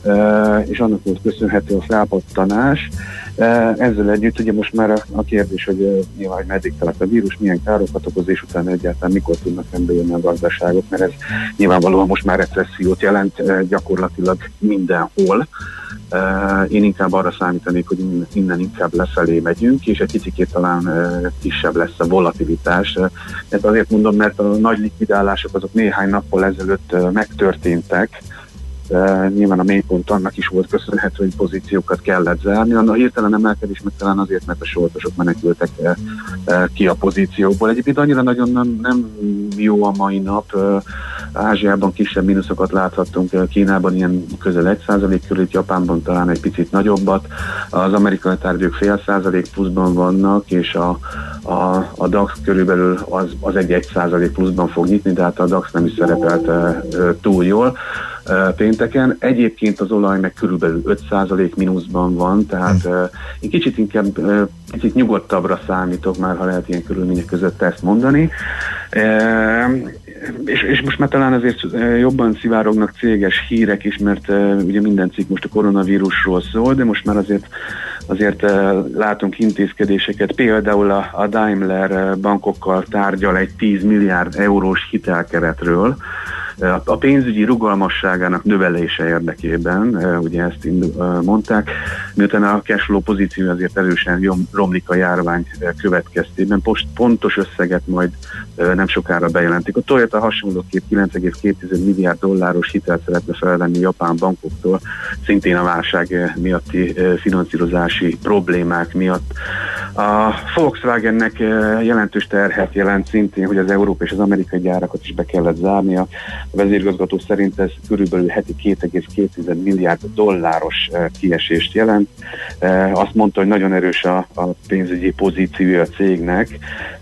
és annak volt köszönhető a felpattanás. Ezzel együtt ugye most már a kérdés, hogy nyilván, hogy meddig tart a vírus, milyen károkat okoz, és utána egyáltalán mikor tudnak rendbejönni a gazdaságok, mert ez nyilvánvalóan most már recessziót jelent gyakorlatilag mindenhol. Én inkább arra számítanék, hogy innen inkább lefelé megyünk, és egy kicsikét talán kisebb lesz a volatilitás. Ezt azért mondom, mert a nagy likvidálások azok néhány nappal ezelőtt megtörténtek. Nyilván a mélypont annak is volt köszönhető, hogy pozíciókat kellett zárni. A hirtelen emelkedés meg talán azért, mert a sortosok menekültek ki a pozíciókból. Egyébként annyira nagyon nem jó a mai nap. Ázsiában kisebb mínuszokat láthattunk, Kínában ilyen közel 1% körül, Japánban talán egy picit nagyobbat. Az amerikai tárgyok 0,5% pluszban vannak, és a DAX körülbelül az egy 1% pluszban fog nyitni, de hát a DAX nem is szerepelt túl jól pénteken. Egyébként az olaj meg körülbelül 5% mínuszban van, tehát én kicsit nyugodtabbra számítok már, ha lehet ilyen körülmények között ezt mondani. És most már talán azért jobban szivárognak céges hírek is, mert ugye minden cikk most a koronavírusról szól, de most már azért látunk intézkedéseket. Például a Daimler bankokkal tárgyal egy 10 milliárd eurós hitelkeretről, a pénzügyi rugalmasságának növelése érdekében, ugye ezt mondták, miután a cashflow pozíció azért erősen romlik a járvány következtében, pontos összeget majd nem sokára bejelentik. A Toyota hasonlóképp 9,2 milliárd dolláros hitelt szeretne felvenni japán bankoktól, szintén a válság miatti finanszírozási problémák miatt. A Volkswagennek jelentős terhet jelent szintén, hogy az európai és az amerikai gyárakat is be kellett zárnia. A vezérigazgató szerint ez körülbelül heti 2,2 milliárd dolláros kiesést jelent. Azt mondta, hogy nagyon erős a pénzügyi pozíciója a cégnek,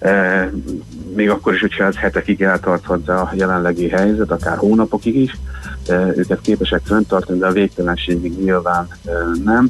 még akkor is, hogyha ez hetekig eltarthat a jelenlegi helyzet, akár hónapokig is. Őket képesek fenntartani, de a végtelenségig nyilván nem.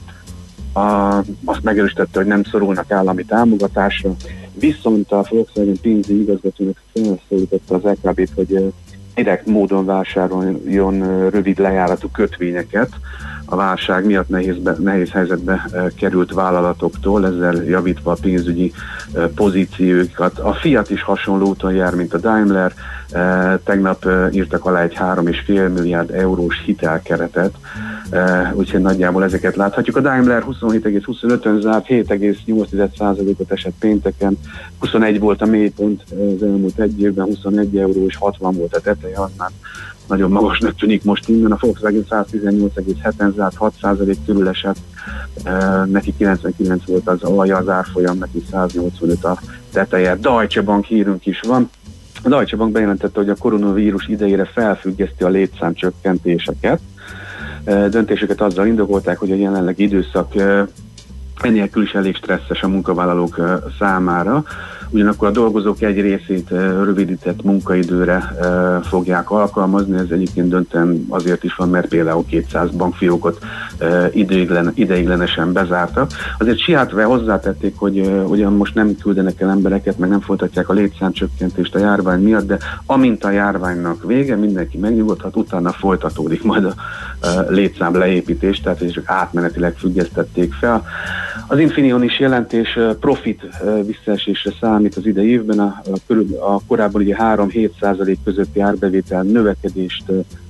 Azt megerősítette, hogy nem szorulnak állami támogatásra, viszont a Volkswagen pénzügyi igazgatónak felszólította az LKB-t, hogy direkt módon vásároljon rövid lejáratú kötvényeket a válság miatt nehéz helyzetbe került vállalatoktól, ezzel javítva a pénzügyi pozíciókat. A Fiat is hasonló úton jár, mint a Daimler. Tegnap írtak alá egy 3,5 milliárd eurós hitelkeretet, úgyhogy nagyjából ezeket láthatjuk. A Daimler 27,25-ön zárt, 7,8%-ot esett pénteken, 21 volt a mélypont az elmúlt egy évben, 21 euró és 60 volt a teteje, az már nagyon magasnak tűnik most innen. A Volkswagen 118,7-en zárt, 6% körül esett, neki 99 volt az alja, az árfolyam, neki 185 a teteje. Deutsche Bank hírünk is van. A Deutsche Bank bejelentette, hogy a koronavírus idejére felfüggeszti a létszámcsökkentéseket. Döntéseket azzal indokolták, hogy a jelenlegi időszak enélkül is elég stresszes a munkavállalók számára. Ugyanakkor a dolgozók egy részét rövidített munkaidőre fogják alkalmazni, ez egyébként döntően azért is van, mert például 200 bankfiókot ideiglenesen bezártak. Azért siátve hozzátették, hogy ugyan most nem küldenek el embereket, meg nem folytatják a létszámcsökkentést a járvány miatt, de amint a járványnak vége, mindenki megnyugodhat, utána folytatódik majd a létszám leépítés, tehát ez csak átmenetileg függesztették fel. Az Infineon is jelentés profit visszaesésre számít az idei évben, a korábban ugye 3-7% közötti árbevétel növekedést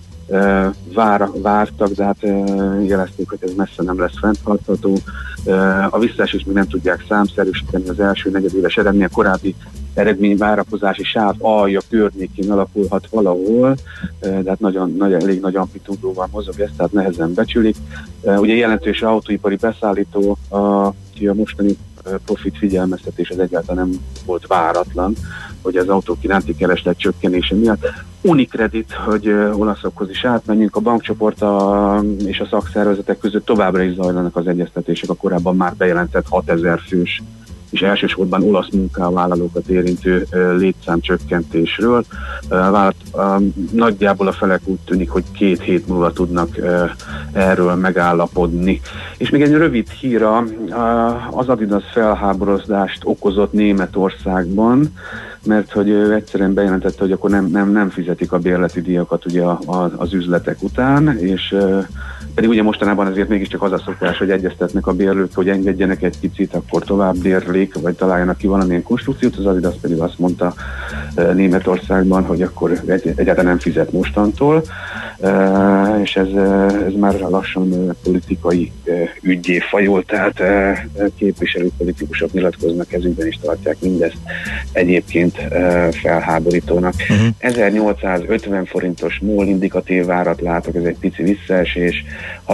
vártak, de hát jelezték, hogy ez messze nem lesz fenntartható. A visszaesést még nem tudják számszerűsíteni, az első negyedéves eredmény, a korábbi eredményvárakozási sáv alja környékén alakulhat valahol, de hát elég nagy amplitúdóval mozog ezt, tehát nehezen becsülik. Ugye jelentős autóipari beszállító, a mostani profit figyelmeztetés az egyáltalán nem volt váratlan, hogy az autók iránti kereslet csökkenése miatt. Unicredit, hogy olaszokhoz is átmenjünk, a bankcsoport és a szakszervezetek között továbbra is zajlanak az egyeztetések a korábban már bejelentett 6000 fős és elsősorban olasz munkavállalókat érintő létszámcsökkentésről. Nagyjából a felek úgy tűnik, hogy 2 hét múlva tudnak erről megállapodni. És még egy rövid hír, az Adidas felháborodást okozott Németországban. mert hogy ő egyszerűen bejelentette, hogy akkor nem fizetik a bérleti díjakat ugye az üzletek után, és pedig ugye mostanában azért mégiscsak az a szokás, hogy egyeztetnek a bérlők, hogy engedjenek egy picit, akkor tovább bérlik, vagy találjanak ki valamilyen konstrukciót, az Adidas pedig azt mondta Németországban, hogy akkor egyáltalán nem fizet mostantól, és ez már lassan politikai üggyé fajul, tehát képviselők, politikusok nyilatkoznak ez ügyben, is tartják mindezt egyébként felháborítónak. 1850 forintos MOL indikatív árat látok, ez egy pici visszaesés,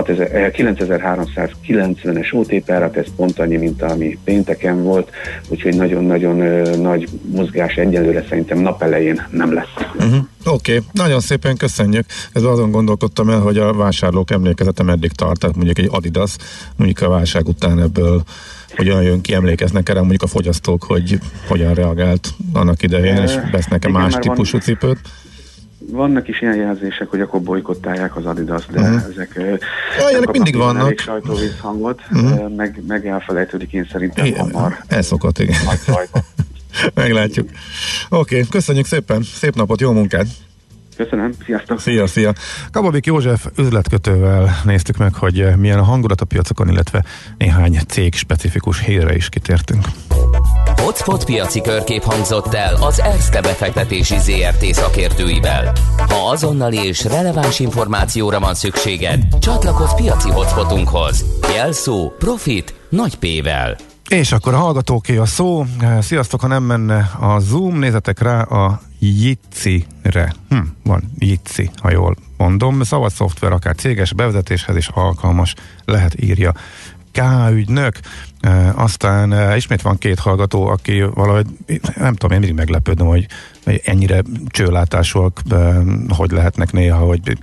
9390-es OTP árat, ez pont annyi, mint ami pénteken volt, úgyhogy nagyon-nagyon nagy mozgás egyelőre szerintem napelején nem lesz. Oké, nagyon szépen köszönjük. Ez azon gondolkodtam el, hogy a vásárlók emlékezete meddig tart, tehát mondjuk egy Adidas, mondjuk a válság után ebből hogyan jön ki, emlékeznek erre mondjuk a fogyasztók, hogy hogyan reagált annak idején, és vesznek-e más típusú cipőt. Vannak is ilyen jelzések, hogy akkor bolykottálják az Adidas, de ezek mindig vannak. Elég sajtóvízhangot, meg elfelejtődik, én szerintem hamar. Elszokott, igen. Meglátjuk. Oké, köszönjük szépen, szép napot, jó munkát! Köszönöm, sziasztok! Szia! Kababik József üzletkötővel néztük meg, hogy milyen a hangulat a piacokon, illetve néhány cég specifikus hírre is kitértünk. Hotspot piaci körkép hangzott el az Erste befektetési ZRT szakértőivel. Ha azonnali és releváns információra van szükséged, csatlakozz piaci hotspotunkhoz. Jelszó Profit nagy P-vel. És akkor a hallgatóké a szó. Sziasztok, ha nem menne a Zoom, nézzetek rá a Jitsi-re. Van Jitsi, ha jól mondom. Szabad szoftver, akár céges bevezetéshez is alkalmas lehet, írja K-ügynök. Aztán ismét van két hallgató, aki valahogy, nem tudom, én mindig meglepődöm, hogy ennyire csőlátásúak, hogy lehetnek néha, hogy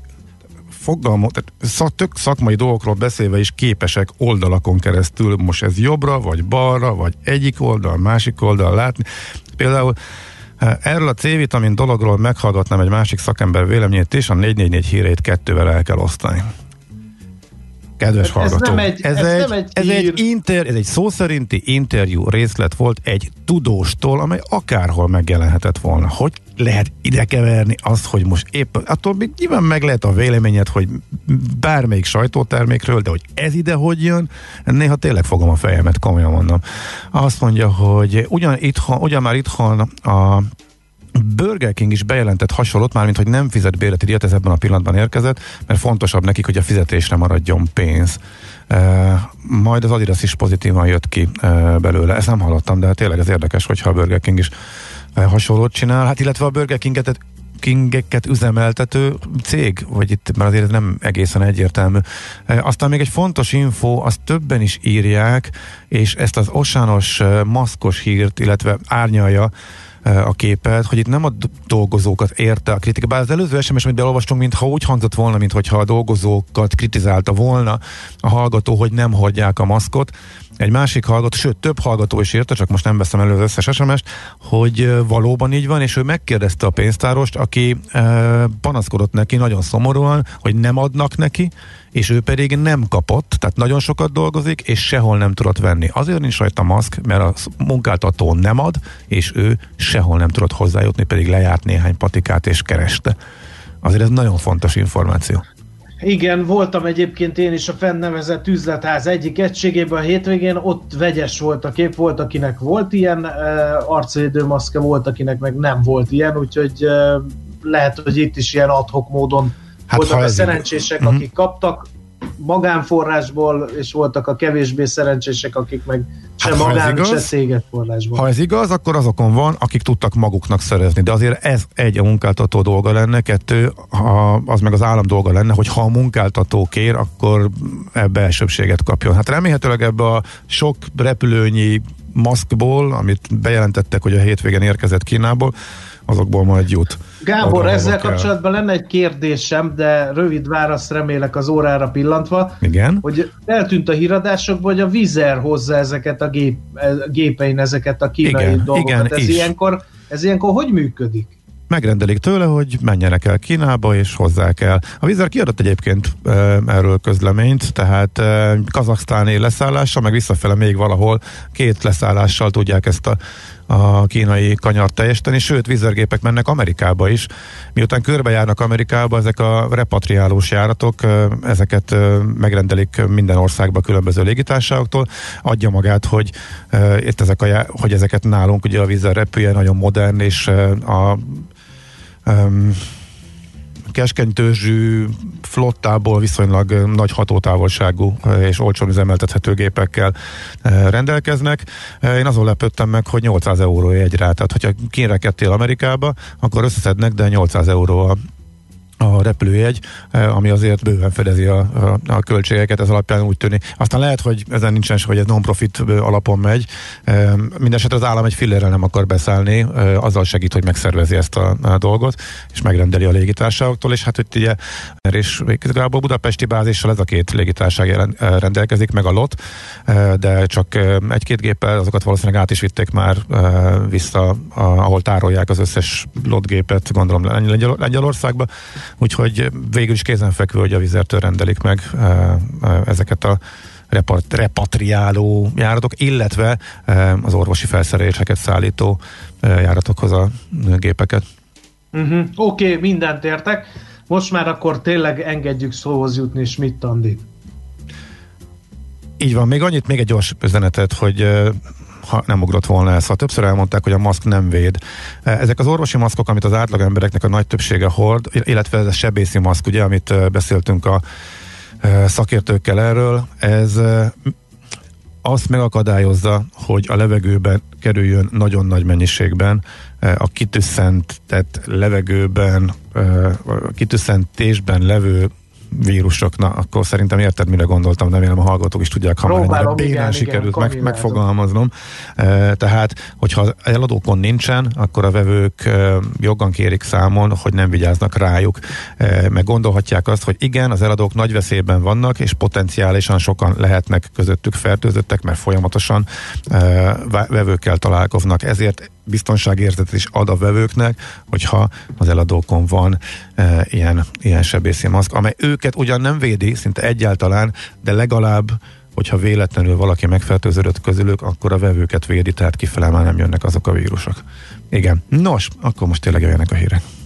tök szakmai dolgokról beszélve is képesek oldalakon keresztül, most ez jobbra, vagy balra, vagy egyik oldal, másik oldal látni. Például erről a C-vitamin dologról meghallgatnám egy másik szakember véleményét, és a 444 híreit 2-vel el kell osztani. Kedves hallgató, ez egy szó szerinti interjú részlet volt egy tudóstól, amely akárhol megjelenhetett volna. Hogy lehet ide keverni azt, hogy most épp, attól még nyilván meg lehet a véleményed, hogy bármelyik sajtótermékről, de hogy ez ide hogy jön, néha tényleg fogom a fejemet, komolyan mondom. Azt mondja, hogy ugyan már itthon a Burger King is bejelentett hasonlót, mármint hogy nem fizet bérleti díjat, ez ebben a pillanatban érkezett, mert fontosabb nekik, hogy a fizetésre maradjon pénz. Majd az Adidas is pozitívan jött ki belőle. Ezt nem hallottam, de tényleg ez érdekes, hogyha a Burger King is hasonlót csinál. Hát illetve a Burger Kingeket üzemeltető cég, vagy itt már azért nem egészen egyértelmű. Aztán még egy fontos info, azt többen is írják, és ezt az osános maszkos hírt, illetve árnyalja a képet, hogy itt nem a dolgozókat érte a kritika. Bár az előző SMS, amit beolvastunk, mintha úgy hangzott volna, mintha a dolgozókat kritizálta volna a hallgató, hogy nem hordják a maszkot. Egy másik hallgató, sőt több hallgató is érte, csak most nem veszem elő az összes SMS-t, hogy valóban így van, és ő megkérdezte a pénztárost, aki panaszkodott neki nagyon szomorúan, hogy nem adnak neki, és ő pedig nem kapott, tehát nagyon sokat dolgozik, és sehol nem tudott venni. Azért nincs rajta maszk, mert a munkáltató nem ad, és ő sehol nem tudott hozzájutni, pedig lejárt néhány patikát és kereste. Azért ez nagyon fontos információ. Igen, voltam egyébként én is a fennnevezett üzletház egyik egységében a hétvégén, ott vegyes volt a kép, volt akinek volt ilyen arcvédőmaszke, volt akinek meg nem volt ilyen, úgyhogy lehet, hogy itt is ilyen ad-hoc módon voltak a szerencsések, akik kaptak magánforrásból, és voltak a kevésbé szerencsések, akik meg se magán, se céges forrásból. Ha ez igaz, akkor azokon van, akik tudtak maguknak szerezni, de azért ez egy a munkáltató dolga lenne, kettő, az meg az állam dolga lenne, hogy ha a munkáltató kér, akkor ebbe elsőbséget kapjon. Hát remélhetőleg ebbe a sok repülőnyi maszkból, amit bejelentettek, hogy a hétvégén érkezett Kínából, azokból majd jut. Gábor, ezzel kapcsolatban lenne egy kérdésem, de rövid választ remélek az órára pillantva. Igen? Hogy eltűnt a híradásokból, hogy a Wizz Air hozza ezeket a gépein, ezeket a kínai dolgokat. Ez ilyenkor hogy működik? Megrendelik tőle, hogy menjenek el Kínába, és hozzák el. A Wizz Air kiadott egyébként erről közleményt, tehát kazaksztáni leszállással, meg visszafele még valahol 2 leszállással tudják ezt a kínai kanyart teljesíteni, sőt vízergépek mennek Amerikába is. Miután körbejárnak Amerikába, ezek a repatriálós járatok, ezeket megrendelik minden országba különböző légitársaságoktól. Adja magát, hogy itt hogy ezeket nálunk ugye a vízzel repülje, nagyon modern, és a keskenytőzsű flottából viszonylag nagy hatótávolságú és olcsón üzemeltethető gépekkel rendelkeznek. Én azon lepődtem meg, hogy 800 euró jegyre, tehát hogyha kirekedtél Amerikába, akkor összeszednek, de 800 euró a repülőjegy, ami azért bőven fedezi a költségeket, ez alapján úgy tűnik. Aztán lehet, hogy ezen nincsen, hogy ez non-profit alapon megy. Mindenesetre az állam egy fillérrel nem akar beszállni, azzal segít, hogy megszervezi ezt a dolgot, és megrendeli a légitársaságoktól, és hát hogy ugye, és igazából budapesti bázissal ez a két légitársaság rendelkezik, meg a LOT, de csak egy-két géppel, azokat valószínűleg át is vitték már vissza, ahol tárolják az összes LOT gépet, gondolom Lengyelországba. Úgyhogy végül is kézenfekvő, hogy a Vizertől rendelik meg ezeket a repatriáló járatok, illetve az orvosi felszereléseket szállító járatokhoz a gépeket. Oké, mindent értek. Most már akkor tényleg engedjük szóhoz jutni Schmidt Andit. Így van, még egy gyors üzenetet, hogy ha nem ugrott volna el. Szóval többször elmondták, hogy a maszk nem véd. Ezek az orvosi maszkok, amit az átlag embereknek a nagy többsége hord, illetve ez a sebészi maszk, ugye, amit beszéltünk a szakértőkkel erről, ez azt megakadályozza, hogy a levegőben kerüljön nagyon nagy mennyiségben a kitüsszentett levegőben, a kitüsszentésben levő vírusok, na akkor szerintem érted, mire gondoltam, remélem a hallgatók is tudják, ha már bénán sikerült megfogalmaznom. Tehát, hogyha eladókon nincsen, akkor a vevők joggan kérik számon, hogy nem vigyáznak rájuk. Meg gondolhatják azt, hogy igen, az eladók nagy veszélyben vannak, és potenciálisan sokan lehetnek közöttük fertőzöttek, mert folyamatosan vevőkkel találkoznak. Ezért biztonságérzetet is ad a vevőknek, hogyha az eladókon van ilyen sebészi maszk, amely őket ugyan nem védi, szinte egyáltalán, de legalább, hogyha véletlenül valaki megfertőződött közülük, akkor a vevőket védi, tehát kifele már nem jönnek azok a vírusok. Igen. Nos, akkor most tényleg jönnek a hírek.